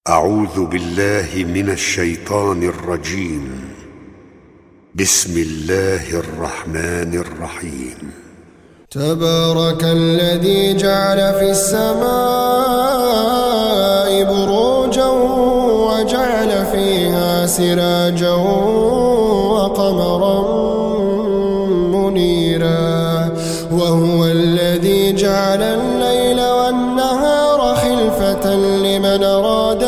أعوذ بالله من الشيطان الرجيم. بسم الله الرحمن الرحيم. تبارك الذي جعل في السماء بروجا وجعل فيها سراجا وقمرا منيرا، وهو الذي جعل الليل والنهار خلفة لمن أراد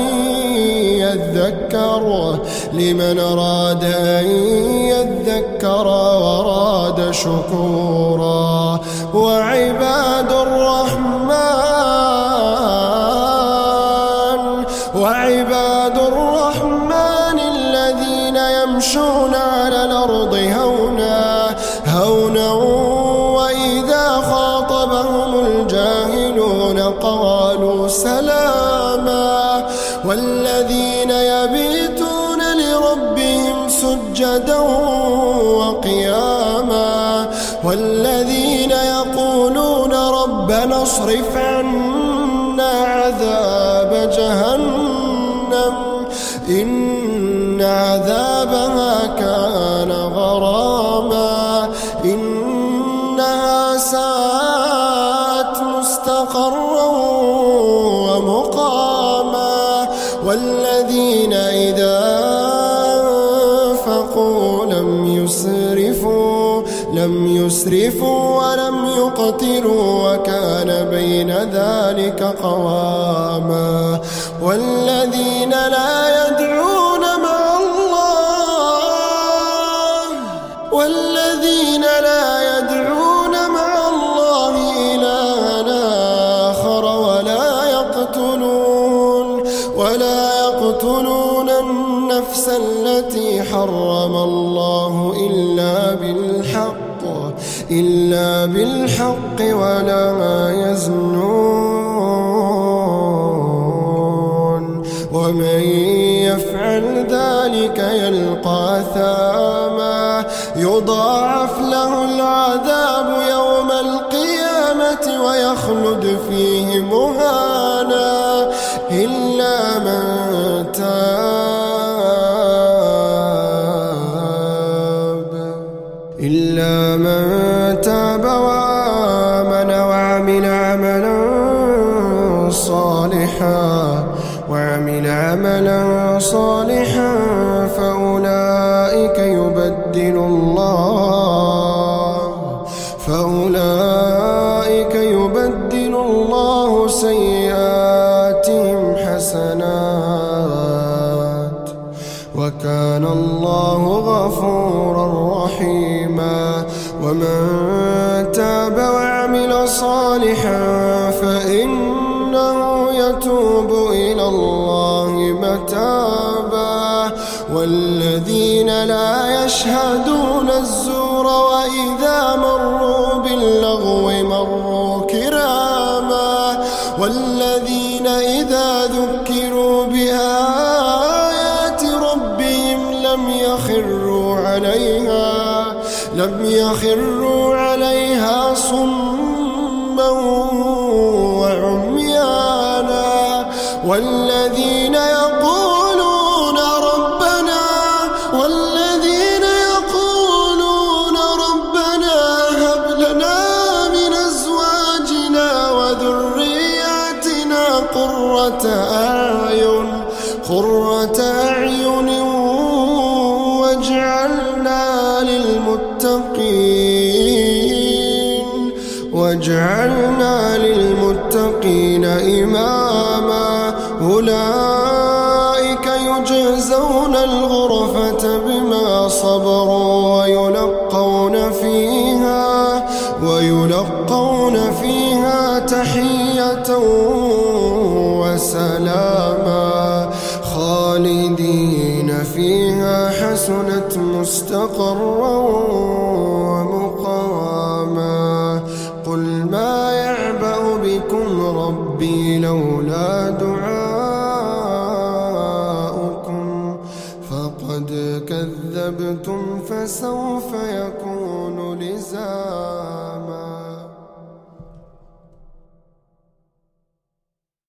أن يذكر وأراد شكورا. وعباد الرحمن الذين يمشون على الأرض هونا وإذا خاطبهم الجاهلون قالوا سلاما. والذين يبيتون لربهم سجدا وقياما، والذين يقولون ربنا اصرف عنا عذاب جهنم إن عذابها كان غراما إنها ساءت مستقرا ومقاما. والذين إذا أنفقوا لم يسرفوا ولم يقتروا وكان بين ذلك قواما. والذين لا يدعون مع الله إلها آخر ولا يقتلون النفس التي حرم الله إلا بالحق ولا يزنون، ومن يفعل ذلك يلقى أثاما يضاعف له العذاب يوم القيامة ويخلد فيه مهانا إلا من تاب وآمن وعمل عملا صالحا فأولئك يبدل الله سيئاتهم حسنات وكان الله غفورا رحيما. ومن تاب وعمل صالحا فإنه يتوب إلى الله متابا. والذين لا يشهدون الزور وإذا مروا باللغو مروا كراما. والذين إذا ذكروا بآيات ربهم لم يخروا عليها صما وعميانا. والذين يقولون ربنا هب لنا من أزواجنا وذرياتنا قرة أعين واجعلنا للمتقين إماما. أولئك يجزون الغرفة بما صبروا ويلقون فيها تحية وسلاما خالدين فيها حسنت مستقرا ومقاما. قل ما يعبأ بكم ربي لولا دعاؤكم فقد كذبتم فسوف يكون لزاما.